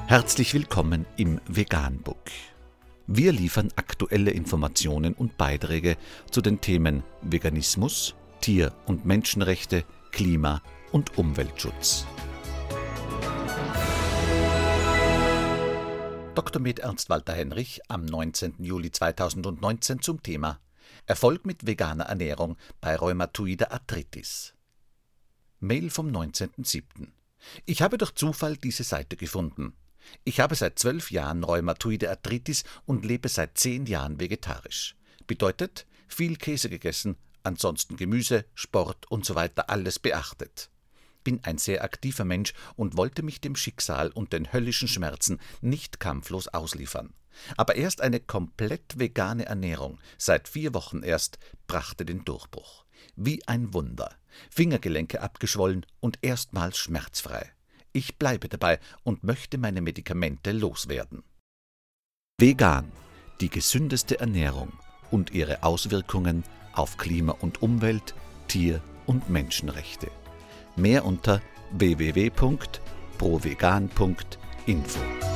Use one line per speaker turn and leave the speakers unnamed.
Herzlich willkommen im Veganbook. Wir liefern aktuelle Informationen und Beiträge zu den Themen Veganismus, Tier- und Menschenrechte, Klima- und Umweltschutz. Dr. med. Ernst Walter Henrich am 19. Juli 2019 zum Thema Erfolg mit veganer Ernährung bei rheumatoider Arthritis. Mail vom 19.07. Ich habe durch Zufall diese Seite gefunden. Ich habe seit 12 Jahren rheumatoide Arthritis und lebe seit 10 Jahren vegetarisch. Bedeutet, viel Käse gegessen, ansonsten Gemüse, Sport und so weiter alles beachtet. Bin ein sehr aktiver Mensch und wollte mich dem Schicksal und den höllischen Schmerzen nicht kampflos ausliefern. Aber erst eine komplett vegane Ernährung, seit 4 Wochen erst, brachte den Durchbruch. Wie ein Wunder. Fingergelenke abgeschwollen und erstmals schmerzfrei. Ich bleibe dabei und möchte meine Medikamente loswerden. Vegan, die gesündeste Ernährung und ihre Auswirkungen auf Klima und Umwelt, Tier- und Menschenrechte. Mehr unter www.provegan.info.